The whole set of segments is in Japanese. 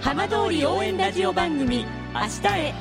浜通り応援ラジオ番組明日へ。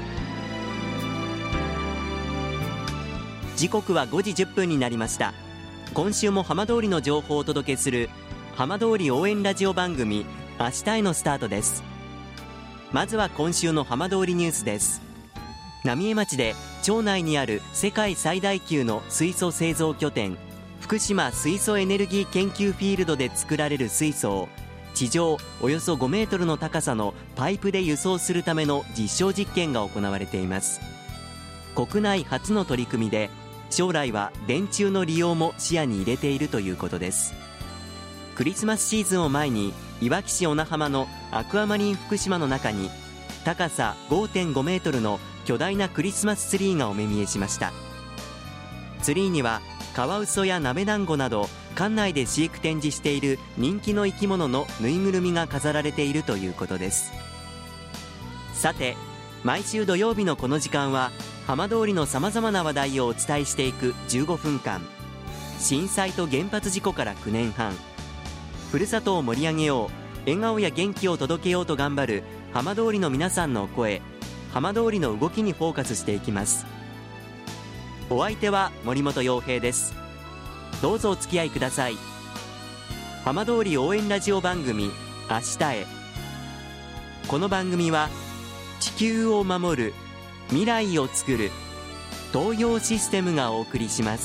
時刻は5時10分になりました。今週も浜通りの情報をお届けする浜通り応援ラジオ番組明日へのスタートです。まずは今週の浜通りニュースです。浪江町で町内にある世界最大級の水素製造拠点、福島水素エネルギー研究フィールドで作られる水素を地上およそ5メートルの高さのパイプで輸送するための実証実験が行われています。国内初の取り組みで、将来は電柱の利用も視野に入れているということです。クリスマスシーズンを前に、いわき市小名浜のアクアマリン福島の中に高さ 5.5 メートルの巨大なクリスマスツリーがお目見えしました。ツリーにはカワウソやナメダンゴなど館内で飼育展示している人気の生き物のぬいぐるみが飾られているということです。さて、毎週土曜日のこの時間は浜通りのさまざまな話題をお伝えしていく15分間、震災と原発事故から9年半、ふるさとを盛り上げよう、笑顔や元気を届けようと頑張る浜通りの皆さんの声、浜通りの動きにフォーカスしていきます。お相手は森本洋平です。どうぞお付き合いください。浜通り応援ラジオ番組明日へ。この番組は地球を守る、未来をつくる東洋システムがお送りします。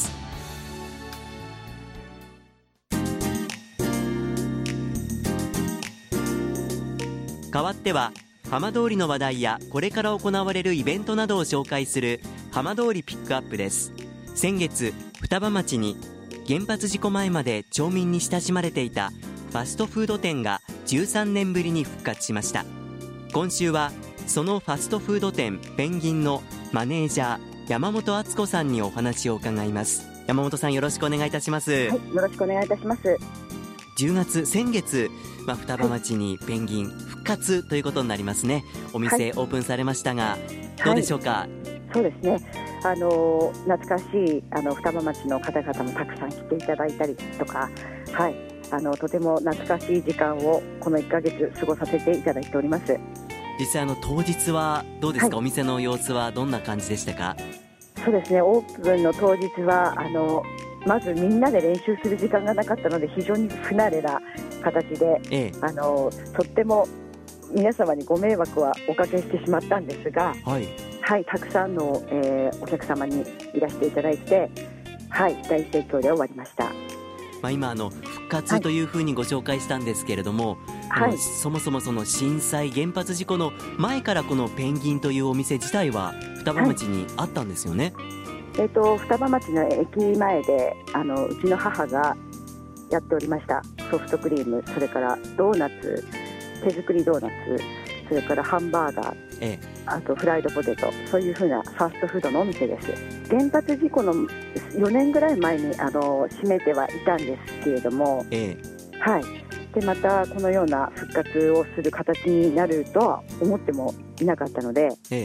代わっては浜通りの話題やこれから行われるイベントなどを紹介する浜通りピックアップです。先月、双葉町に原発事故前まで町民に親しまれていたファストフード店が13年ぶりに復活しました。今週はそのファストフード店ペンギンのマネージャー山本敦子さんにお話を伺います。山本さん、よろしくお願いいたします。 はい、よろしくお願いいたします。 先月、双葉町にペンギン復活ということになりますね。お店オープンされましたが、どうでしょうか。 そうですね、懐かしい双葉町の方々もたくさん来ていただいたりとか、とても懐かしい時間をこの1ヶ月過ごさせていただいております。 実際当日はどうですか、お店の様子はどんな感じでしたか。 そうですね、オープンの当日はまずみんなで練習する時間がなかったので、非常に不慣れな形で、とっても皆様にご迷惑はおかけしてしまったんですが、たくさんの、お客様にいらしていただいて、大盛況で終わりました。 今復活というふうにご紹介したんですけれども、そもそもその震災原発事故の前からこのペンギンというお店自体は双葉町にあったんですよね。 双葉町の駅前でうちの母がやっておりましたソフトクリーム、それからドーナツ、手作りドーナツ、それからハンバーガー、あとフライドポテト、そういうふうなファーストフードのお店です。原発事故の4年ぐらい前に閉めてはいたんですけれども、でまたこのような復活をする形になるとは思ってもいなかったので、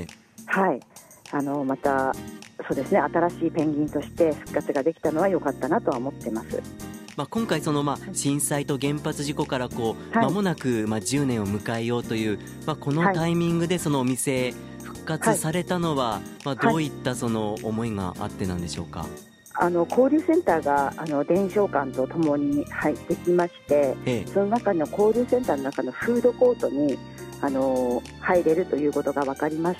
またそうですね、新しいペンギンとして復活ができたのは良かったなとは思っています。 今回震災と原発事故から間もなく10年を迎えようという、このタイミングでそのお店復活されたのは、どういったその思いがあってなんでしょうか。 交流センターが伝承館とともにできまして、その中の交流センターの中のフードコートに入れるということが分かりまして、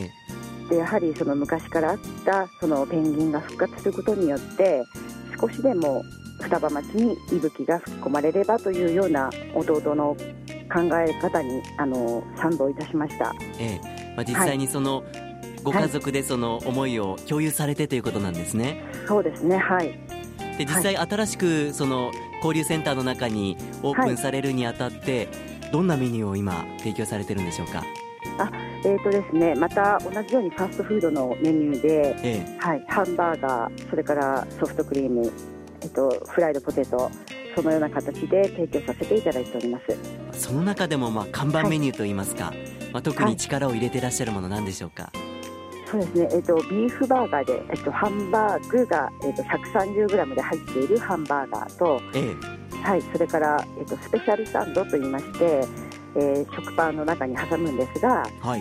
でやはりその昔からあったそのペンギンが復活することによって少しでも双葉町に息吹が吹き込まれればというような弟の考え方に賛同いたしました。 実際にそのご家族でその思いを共有されてということなんですね。 そうですね、 で実際新しくその交流センターの中にオープンされるにあたって、どんなメニューを今提供されてるんでしょうか。 ですね、また同じようにファストフードのメニューで、ハンバーガー、それからソフトクリーム、フライドポテト、そのような形で提供させていただいております。 その中でも看板メニューといいますか、特に力を入れていらっしゃるもの何でしょうか。 そうですね、ビーフバーガーで、ハンバーグが、130g で入っているハンバーガーと、それから、スペシャルサンドといいまして、 食パンの中に挟むんですが、 はい、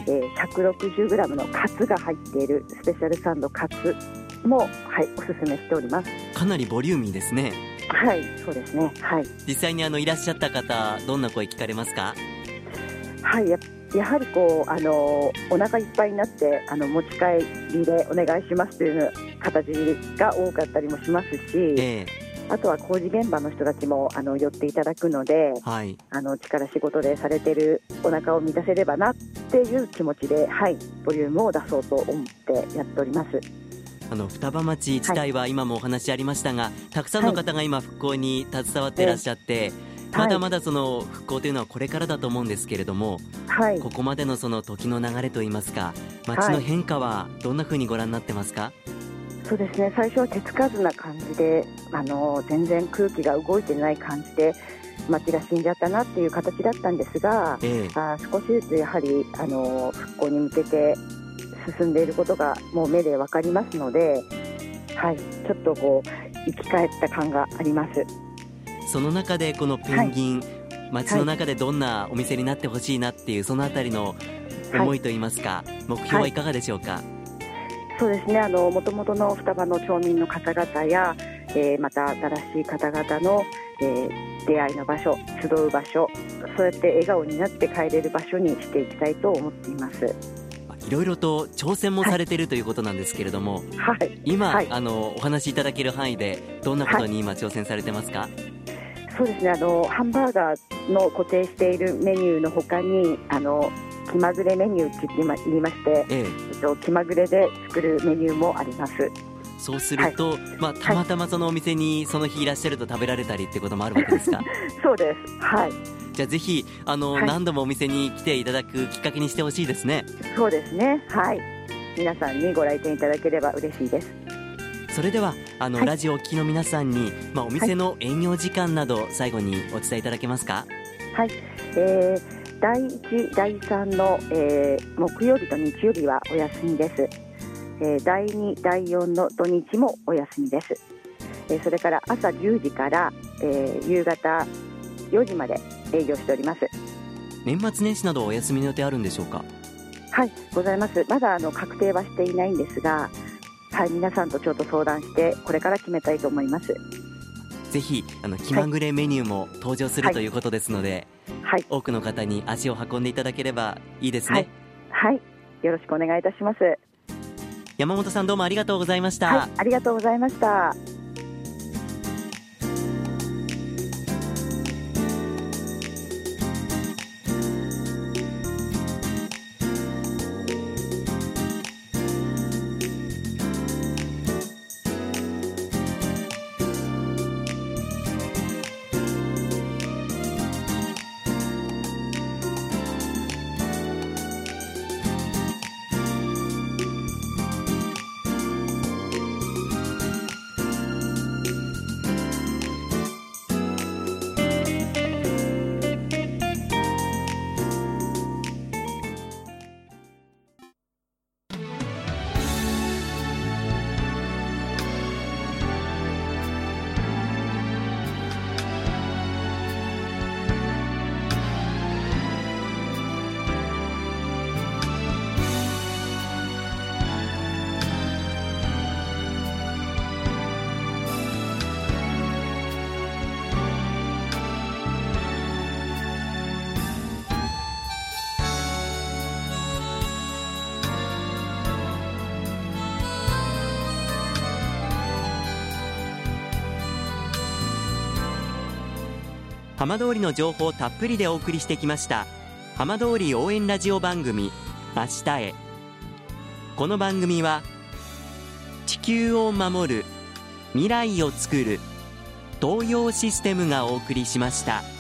160g のカツが入っているスペシャルサンドカツも、はい、おすすめしております。 かなりボリューミーですね。 はい、そうですね、はい、 実際にいらっしゃった方、どんな声聞かれますか？ はい、やはりお腹いっぱいになって持ち帰りでお願いしますという形が多かったりもしますし、あとは工事現場の人たちも寄っていただくので、 はい、 力仕事でされているお腹を満たせればなっていう気持ちで、はい、ボリュームを出そうと思ってやっております。 双葉町自体は今もお話ありましたが、たくさんの方が今復興に携わっていらっしゃって、まだまだその復興というのはこれからだと思うんですけれども、はい、ここまでのその時の流れといいますか、町の変化はどんなふうにご覧になってますか？ そうですね、最初は手つかずな感じで全然空気が動いてない感じで町が死んじゃったなっていう形だったんですが、少しずつやはり復興に向けて進んでいることがもう目で分かりますので、はい、ちょっと生き返った感があります。 その中でこのペンギン、町の中でどんなお店になってほしいなっていう、そのあたりの思いといいますか、目標はいかがでしょうか？ そうですね、もともとの双葉の町民の方々や、また新しい方々の、出会いの場所、集う場所、そうやって笑顔になって帰れる場所にしていきたいと思っています。 いろいろと挑戦もされているということなんですけれども、はい、今、はい、お話しいただける範囲でどんなことに今挑戦されてますか？はい、 そうですね、ハンバーガーの固定しているメニューの他に気まぐれメニューって言いまして、気まぐれで作るメニューもあります。 そうすると、たまたまそのお店にその日いらっしゃると食べられたりってこともあるわけですか？ そうです、はい、 じゃあぜひ何度もお店に来ていただくきっかけにしてほしいですね。 そうですね、はい、皆さんにご来店いただければ嬉しいです。 それではラジオをお聞きの皆さんに、お店の営業時間など最後にお伝えいただけますか？ はい、第1、第3の、木曜日と日曜日はお休みです。第2、第4の土日もお休みです。それから朝10時から、夕方4時まで営業しております。 年末年始などお休みの予定あるんでしょうか？ はい、ございます。まだ確定はしていないんですが、はい、皆さんとちょっと相談してこれから決めたいと思います。 ぜひ気まぐれメニューも登場する、ということですので、はい、多くの方に足を運んでいただければいいですね。 はい、はい、よろしくお願いいたします。 山本さん、どうもありがとうございました。 はい、ありがとうございました。 浜通りの情報をたっぷりでお送りしてきました浜通り応援ラジオ番組明日へ。この番組は地球を守る未来をつくる東洋システムがお送りしました。